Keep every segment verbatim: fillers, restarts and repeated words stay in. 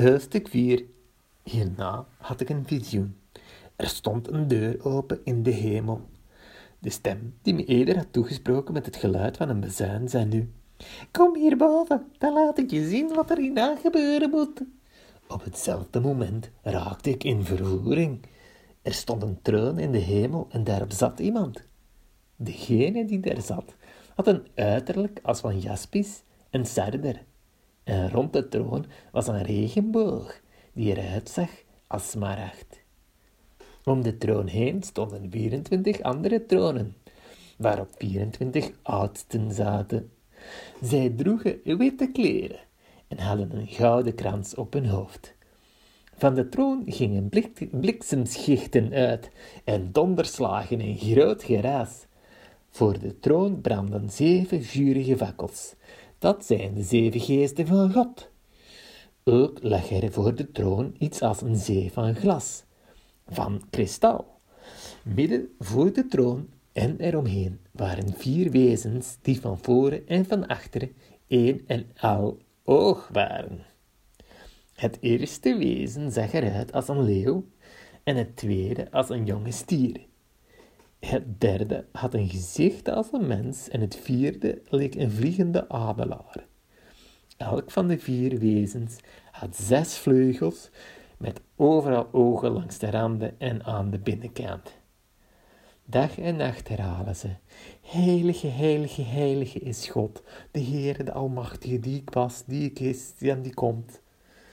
Hoofdstuk vier. Hierna had ik een visioen. Er stond een deur open in de hemel. De stem die me eerder had toegesproken met het geluid van een bazuin zei nu: Kom hierboven, dan laat ik je zien wat er hierna gebeuren moet. Op hetzelfde moment raakte ik in vervoering. Er stond een troon in de hemel en daarop zat iemand. Degene die daar zat had een uiterlijk als van jaspis en sarder. En rond de troon was een regenboog die eruit zag als smaragd. Om de troon heen stonden vierentwintig andere tronen, waarop vierentwintig oudsten zaten. Zij droegen witte kleren en hadden een gouden krans op hun hoofd. Van de troon gingen blik, bliksemschichten uit en donderslagen en groot geraas. Voor de troon brandden zeven vurige fakkels. Dat zijn de zeven geesten van God. Ook lag er voor de troon iets als een zee van glas, van kristal. Midden voor de troon en eromheen waren vier wezens die van voren en van achteren één en al oog waren. Het eerste wezen zag eruit als een leeuw en het tweede als een jonge stier. Het derde had een gezicht als een mens en het vierde leek een vliegende adelaar. Elk van de vier wezens had zes vleugels met overal ogen langs de randen en aan de binnenkant. Dag en nacht herhalen ze: Heilige, heilige, heilige is God, de Heere, de Almachtige, die ik was, die ik is en die komt.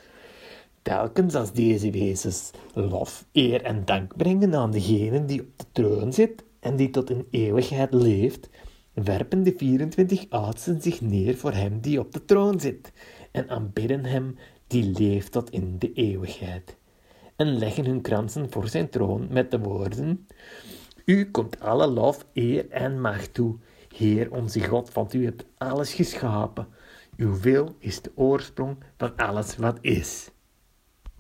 Telkens als deze wezens lof, eer en dank brengen aan degene die op de troon zit en die tot in eeuwigheid leeft, werpen de vierentwintig oudsten zich neer voor hem die op de troon zit en aanbidden hem die leeft tot in de eeuwigheid. En leggen hun kransen voor zijn troon met de woorden: U komt alle lof, eer en macht toe, Heer onze God, want u hebt alles geschapen. Uw wil is de oorsprong van alles wat is.